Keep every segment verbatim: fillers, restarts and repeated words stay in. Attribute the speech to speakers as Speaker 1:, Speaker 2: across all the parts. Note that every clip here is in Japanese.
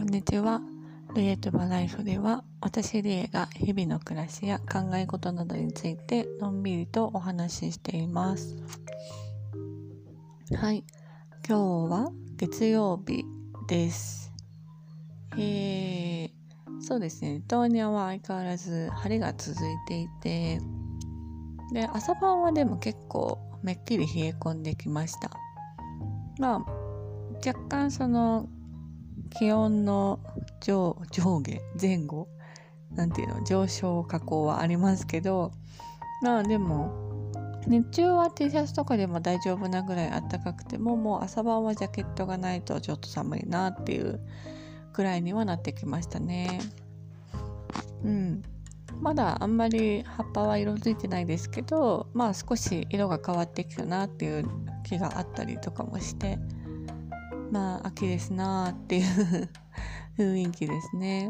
Speaker 1: んにちは。リエとバライフでは、私リエが日々の暮らしや考え事などについてのんびりとお話ししています。はい、今日は月曜日です。えー、そうですね、リトアニアは相変わらず晴れが続いていて、で、朝晩はでも結構めっきり冷え込んできました。まあ、若干その気温の 上, 上下前後なんていうの上昇下降はありますけど、まあでも日中は T シャツとかでも大丈夫なぐらい暖かくても、もう朝晩はジャケットがないとちょっと寒いなっていうぐらいにはなってきましたね。うん、まだあんまり葉っぱは色づいてないですけど、まあ少し色が変わってきたなっていう気があったりとかもして、まあ秋ですなーっていう雰囲気ですね。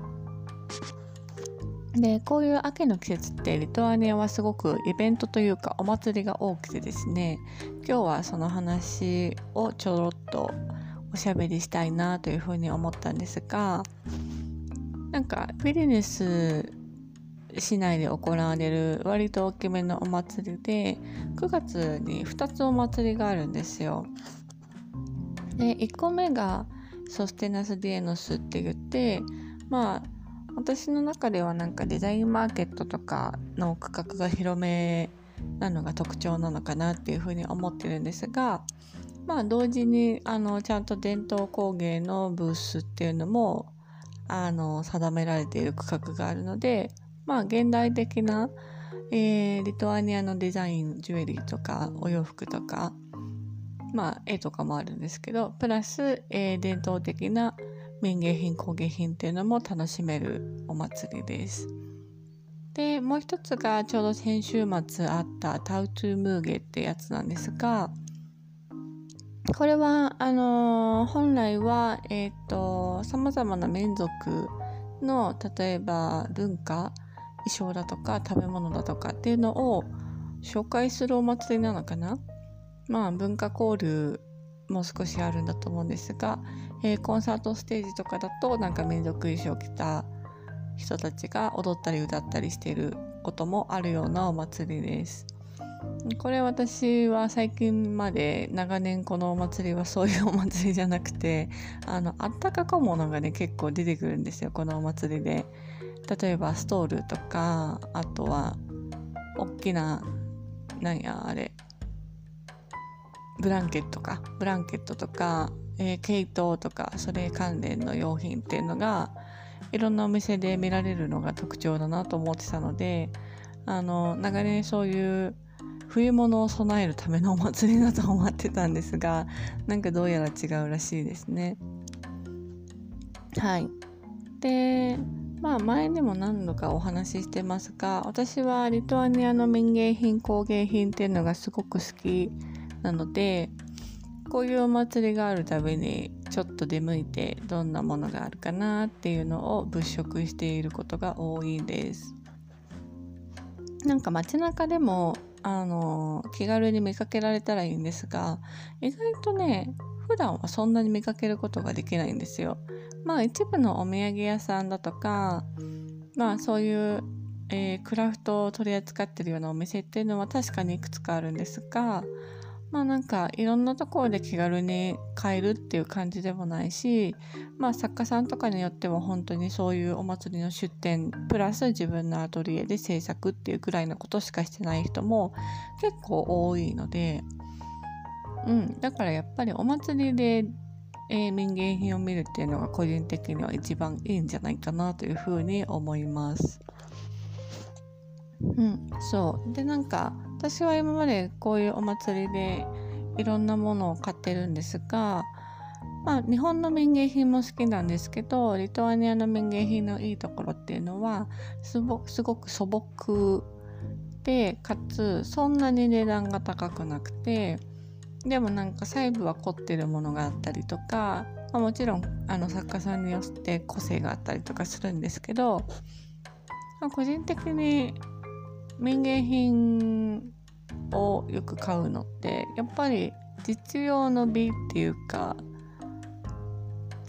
Speaker 1: で、こういう秋の季節ってリトアニアはすごくイベントというかお祭りが多くてですね、今日はその話をちょろっとおしゃべりしたいなというふうに思ったんですが、なんかビリニュス市内で行われる割と大きめのお祭りで、くがつにふたつお祭りがあるんですよ。で、いっこめがソステナスディエノスって言って、まあ私の中ではなんかデザインマーケットとかの区画が広めなのが特徴なのかなっていうふうに思ってるんですが、まあ同時にあのちゃんと伝統工芸のブースっていうのもあの定められている区画があるので、まあ現代的な、えー、リトアニアのデザイン、ジュエリーとかお洋服とか、まあ絵とかもあるんですけど、プラス、えー、伝統的な民芸品工芸品っていうのも楽しめるお祭りです。で、もう一つがちょうど先週末あったタウトゥームーゲってやつなんですが、これはあのー、本来はえっとさまざまな民族の例えば文化、衣装だとか食べ物だとかっていうのを紹介するお祭りなのかな。まあ文化交流も少しあるんだと思うんですが、えー、コンサートステージとかだとなんか民族衣装を着た人たちが踊ったり歌ったりしていることもあるようなお祭りです。これ私は最近まで長年このお祭りはそういうお祭りじゃなくて、あのあったか小物がね結構出てくるんですよ、このお祭りで。例えばストールとか、あとは大きななんやあれブランケットかブランケットとか、えー、毛糸とかそれ関連の用品っていうのがいろんなお店で見られるのが特徴だなと思ってたので、あの長年そういう冬物を備えるためのお祭りだと思ってたんですが、なんかどうやら違うらしいですね。はい。で、まあ前にも何度かお話ししてますが、私はリトアニアの民芸品工芸品っていうのがすごく好きなので、こういうお祭りがあるたびにちょっと出向いてどんなものがあるかなっていうのを物色していることが多いです。なんか街中でもあの気軽に見かけられたらいいんですが、意外とね普段はそんなに見かけることができないんですよ。まあ一部のお土産屋さんだとか、まあそういう、えー、クラフトを取り扱ってるようなお店っていうのは確かにいくつかあるんですが、まあなんかいろんなところで気軽に買えるっていう感じでもないし、まあ作家さんとかによっても本当にそういうお祭りの出店プラス自分のアトリエで制作っていうくらいのことしかしてない人も結構多いので、うん、だからやっぱりお祭りで、えー、民芸品を見るっていうのが個人的には一番いいんじゃないかなというふうに思います。うん、そうで、なんか私は今までこういうお祭りでいろんなものを買ってるんですが、まあ日本の民芸品も好きなんですけど、リトアニアの民芸品のいいところっていうのはすご、すごく素朴で、かつそんなに値段が高くなくて、でもなんか細部は凝ってるものがあったりとか、まあ、もちろんあの作家さんによって個性があったりとかするんですけど、まあ、個人的に民芸品をよく買うのってやっぱり実用の美っていうか、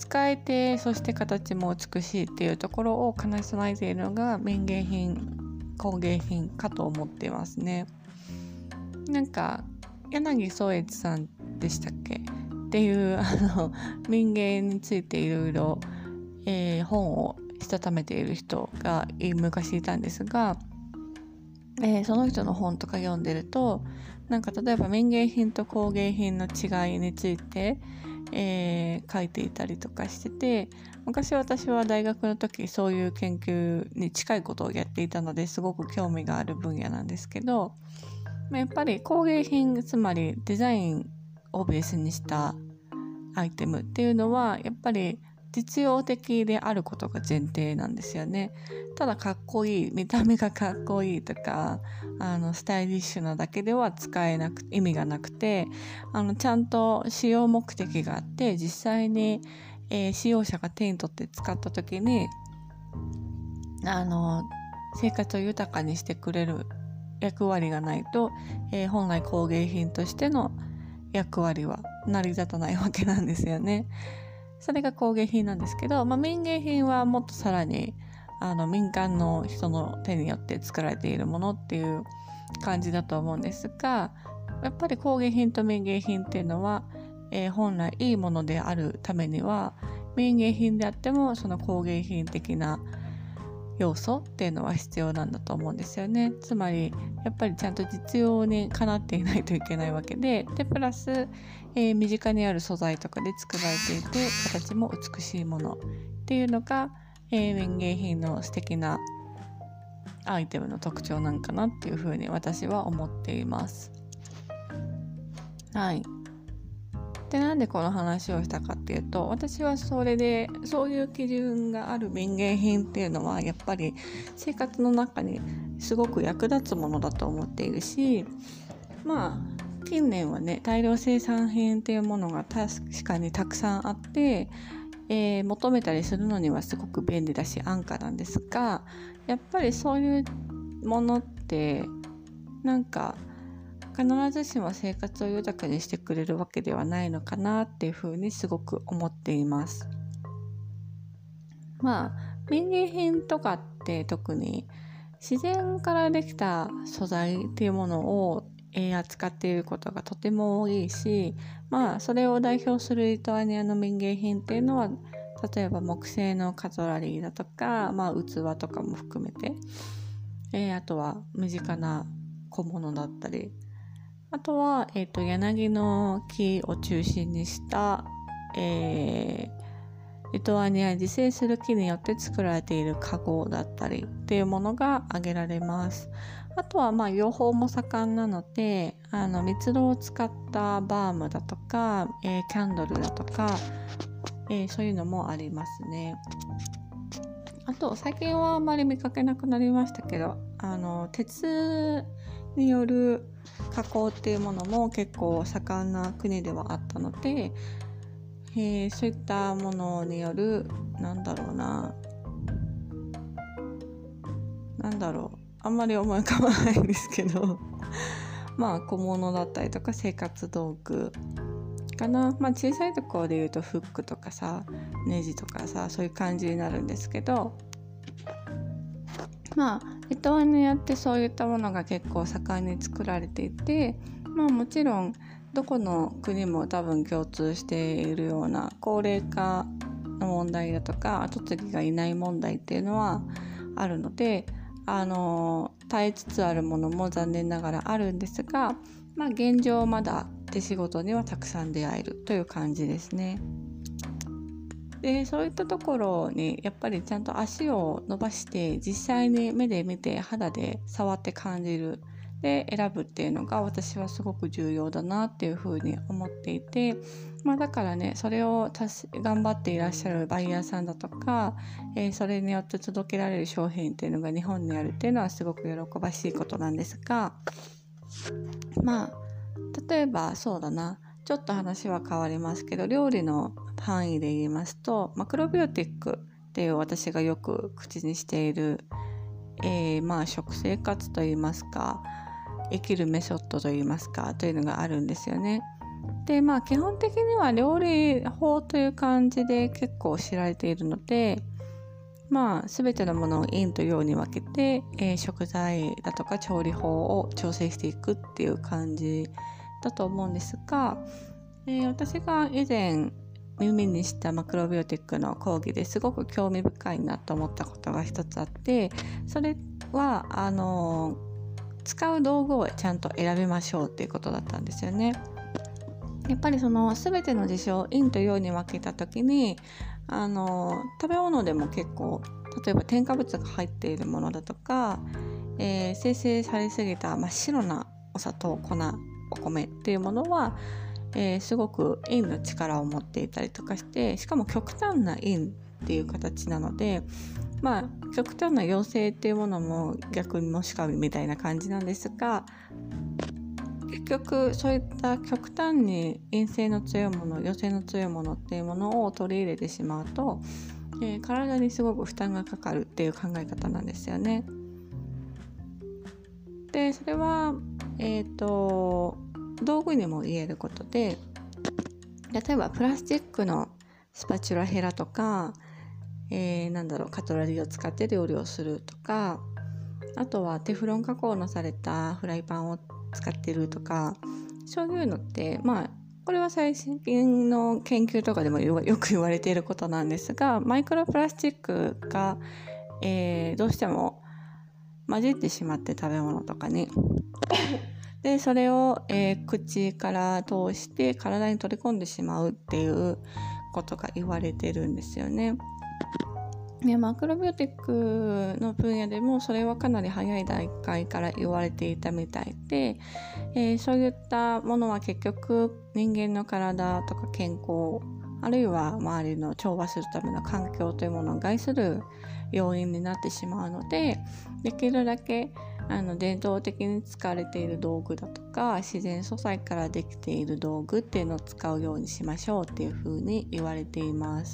Speaker 1: 使えてそして形も美しいっていうところを兼ね備えているのが民芸品工芸品かと思っていますね。なんか柳宗悦さんでしたっけっていうあの民芸についていろいろ本をしたためている人が昔いたんですが、えー、その人の本とか読んでるとなんか例えば民芸品と工芸品の違いについて、えー、書いていたりとかしてて、昔私は大学の時そういう研究に近いことをやっていたのですごく興味がある分野なんですけど、やっぱり工芸品つまりデザインをベースにしたアイテムっていうのはやっぱり実用的であることが前提なんですよね。ただかっこいい見た目がかっこいいとかあのスタイリッシュなだけでは使えなく意味がなくて、あのちゃんと使用目的があって実際に、えー、使用者が手に取って使った時にあの生活を豊かにしてくれる役割がないと、えー、本来工芸品としての役割は成り立たないわけなんですよね。それが工芸品なんですけど、まあ、民芸品はもっとさらにあの民間の人の手によって作られているものっていう感じだと思うんですが、やっぱり工芸品と民芸品っていうのは、えー、本来いいものであるためには民芸品であってもその工芸品的な要素っていうのは必要なんだと思うんですよね。つまりやっぱりちゃんと実用にかなっていないといけないわけで、でプラス、えー、身近にある素材とかで作られていて形も美しいものっていうのが、えー、民芸品の素敵なアイテムの特徴なんかなっていうふうに私は思っています。はい。でなんでこの話をしたかっていうと、私はそれでそういう基準がある民芸品っていうのはやっぱり生活の中にすごく役立つものだと思っているし、まあ近年はね大量生産品っていうものが確かにたくさんあって、えー、求めたりするのにはすごく便利だし安価なんですが、やっぱりそういうものってなんか必ずしも生活を豊かにしてくれるわけではないのかなっていうふうにすごく思っています。まあ民芸品とかって特に自然からできた素材っていうものを扱っていることがとても多いし、まあそれを代表するリトアニアの民芸品っていうのは例えば木製のカトラリーだとか、まあ、器とかも含めて、えー、あとは身近な小物だったり、あとは、えーと、柳の木を中心にした、えー、リトアニアに自生する木によって作られているカゴだったりっていうものが挙げられます。あとはまあ養蜂も盛んなので、あの蜜蝋を使ったバームだとか、えー、キャンドルだとか、えー、そういうのもありますね。あと最近はあまり見かけなくなりましたけど、あの鉄による加工っていうものも結構盛んな国ではあったので、えー、そういったものによるなんだろうななんだろうあんまり思い浮かばないんですけどまあ小物だったりとか生活道具かな。まあ小さいところで言うとフックとかさネジとかさそういう感じになるんですけど、まあリトアニアってそういったものが結構盛んに作られていて、まあもちろんどこの国も多分共通しているような高齢化の問題だとか後継ぎがいない問題っていうのはあるので、あの耐えつつあるものも残念ながらあるんですが、まあ現状まだ手仕事にはたくさん出会えるという感じですね。でそういったところにやっぱりちゃんと足を伸ばして実際に目で見て肌で触って感じるで選ぶっていうのが私はすごく重要だなっていうふうに思っていて、まあ、だからねそれをたし頑張っていらっしゃるバイヤーさんだとか、えー、それによって届けられる商品っていうのが日本にあるっていうのはすごく喜ばしいことなんですが、まあ例えばそうだなちょっと話は変わりますけど料理の範囲で言いますとマクロビオティックっていう私がよく口にしている、えー、まあ食生活といいますか生きるメソッドといいますかというのがあるんですよね。 でまあ基本的には料理法という感じで結構知られているので、まあ全てのものを陰と陽に分けて、えー、食材だとか調理法を調整していくっていう感じだと思うんですが、えー、私が以前耳にしたマクロビオティックの講義ですごく興味深いなと思ったことが一つあって、それはあの使う道具をちゃんと選びましょうっていうことだったんですよね。やっぱりその全ての事象を陰と陽に分けた時に、あの食べ物でも結構例えば添加物が入っているものだとか、えー、生成されすぎた真っ白なお砂糖、粉、お米っていうものは、えー、すごく陰の力を持っていたりとかして、しかも極端な陰っていう形なので、まあ極端な陽性っていうものも逆にもしかりみたいな感じなんですが、結局そういった極端に陰性の強いもの、陽性の強いものっていうものを取り入れてしまうと、えー、体にすごく負担がかかるっていう考え方なんですよね。でそれは、えーと、道具にも言えることで、例えばプラスチックのスパチュラヘラとか、えー、なんだろうカトラリーを使って料理をするとか、あとはテフロン加工のされたフライパンを使ってるとか、そういうのってまあこれは最近の研究とかでもよく言われていることなんですが、マイクロプラスチックが、えー、どうしても混じってしまって食べ物とかにでそれを、えー、口から通して体に取り込んでしまうっていうことが言われてるんですよね。でマクロビオティックの分野でもそれはかなり早い段階から言われていたみたいで、えー、そういったものは結局人間の体とか健康、あるいは周りの調和するための環境というものを害する要因になってしまうので、できるだけあの伝統的に使われている道具だとか自然素材からできている道具っていうのを使うようにしましょうっていうふうに言われています。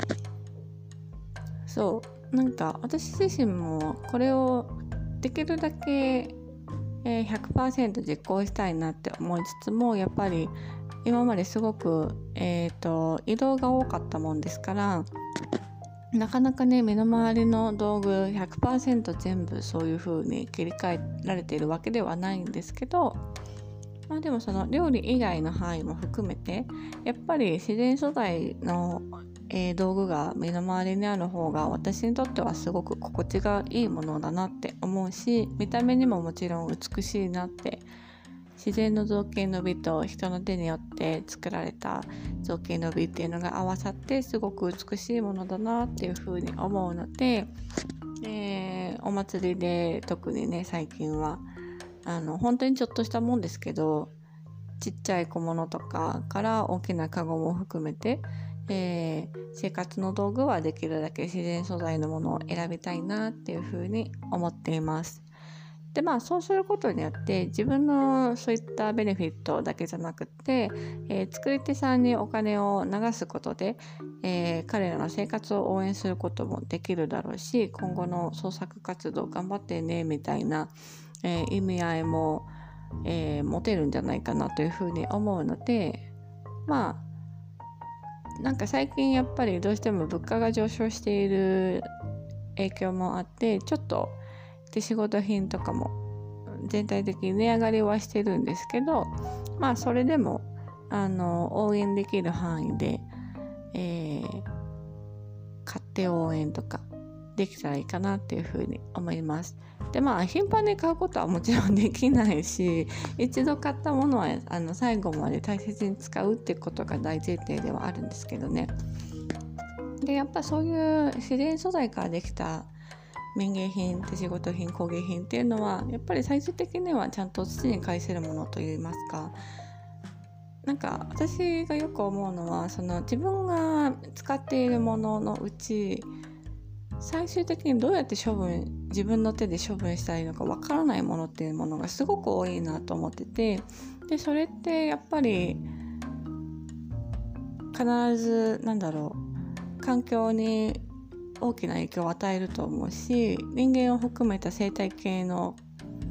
Speaker 1: そうなんか私自身もこれをできるだけ ひゃくパーセント 実行したいなって思いつつも、やっぱり今まですごく、えーと、移動が多かったもんですから、なかなかね目の周りの道具 ひゃくパーセント 全部そういう風に切り替えられているわけではないんですけど、まあでもその料理以外の範囲も含めてやっぱり自然素材の、えー、道具が身の回りにある方が私にとってはすごく心地がいいものだなって思うし、見た目にももちろん美しいなって、自然の造形の美と人の手によって作られた造形の美っていうのが合わさってすごく美しいものだなっていうふうに思うので、えー、お祭りで特にね最近はあの本当にちょっとしたもんですけど、ちっちゃい小物とかから大きなカゴも含めて、えー、生活の道具はできるだけ自然素材のものを選びたいなっていうふうに思っています。でまあそうすることによって自分のそういったベネフィットだけじゃなくて、えー、作り手さんにお金を流すことで、えー、彼らの生活を応援することもできるだろうし、今後の創作活動頑張ってねみたいな、えー、意味合いも、えー、持てるんじゃないかなというふうに思うので、まあなんか最近やっぱりどうしても物価が上昇している影響もあって、ちょっと手仕事品とかも全体的に値上がりはしてるんですけど、まあそれでもあの応援できる範囲で、えー、買って応援とかできたらいいかなっていうふうに思います。でまあ頻繁に買うことはもちろんできないし、一度買ったものはあの最後まで大切に使うってことが大前提ではあるんですけどね。でやっぱそういう自然素材からできた民芸品、手仕事品、工芸品っていうのはやっぱり最終的にはちゃんと土に返せるものといいますか、なんか私がよく思うのは、その自分が使っているもののうち最終的にどうやって処分自分の手で処分したらいいのかわからないものっていうものがすごく多いなと思ってて、でそれってやっぱり必ずなんだろう環境に大きな影響を与えると思うし、人間を含めた生態系の、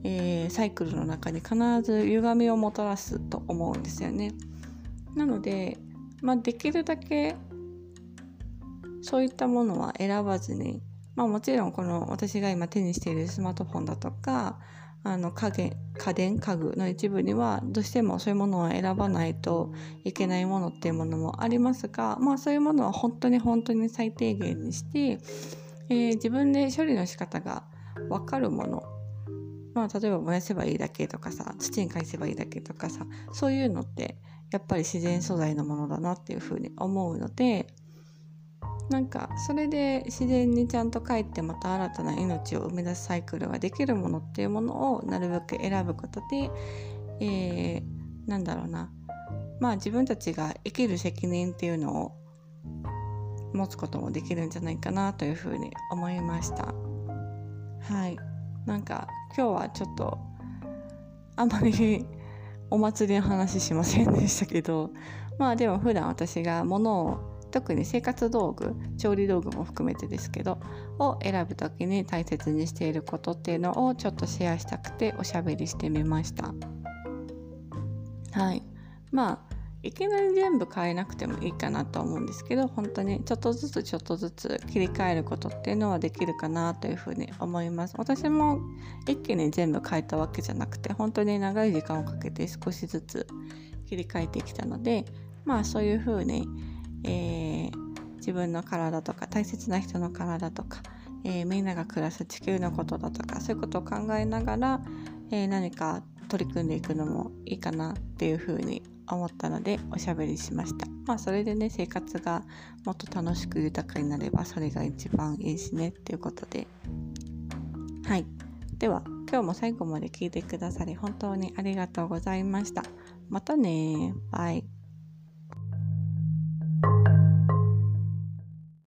Speaker 1: えー、サイクルの中に必ず歪みをもたらすと思うんですよね。なので、まあ、できるだけそういったものは選ばずに、まあ、もちろんこの私が今手にしているスマートフォンだとかあの家電、家電家具の一部にはどうしてもそういうものを選ばないといけないものっていうものもありますが、まあ、そういうものは本当に本当に最低限にして、えー、自分で処理の仕方が分かるもの、まあ、例えば燃やせばいいだけとかさ、土に返せばいいだけとかさ、そういうのってやっぱり自然素材のものだなっていうふうに思うので、なんかそれで自然にちゃんと帰ってまた新たな命を生み出すサイクルができるものっていうものをなるべく選ぶことで、えー、なんだろうなまあ自分たちが生きる責任っていうのを持つこともできるんじゃないかなというふうに思いました。はい、なんか今日はちょっとあんまりお祭りの話しませんでしたけど、まあでも普段私が物を特に生活道具、調理道具も含めてですけどを選ぶときに大切にしていることっていうのをちょっとシェアしたくておしゃべりしてみました。はい、まあいきなり全部変えなくてもいいかなと思うんですけど、本当にちょっとずつちょっとずつ切り替えることっていうのはできるかなというふうに思います。私も一気に全部変えたわけじゃなくて、本当に長い時間をかけて少しずつ切り替えてきたので、まあそういうふうにえー、自分の体とか大切な人の体とか、えー、みんなが暮らす地球のことだとかそういうことを考えながら、えー、何か取り組んでいくのもいいかなっていうふうに思ったのでおしゃべりしました。まあそれでね生活がもっと楽しく豊かになればそれが一番いいしねっていうことで、はい、では今日も最後まで聞いてくださり本当にありがとうございました。またね、バイ。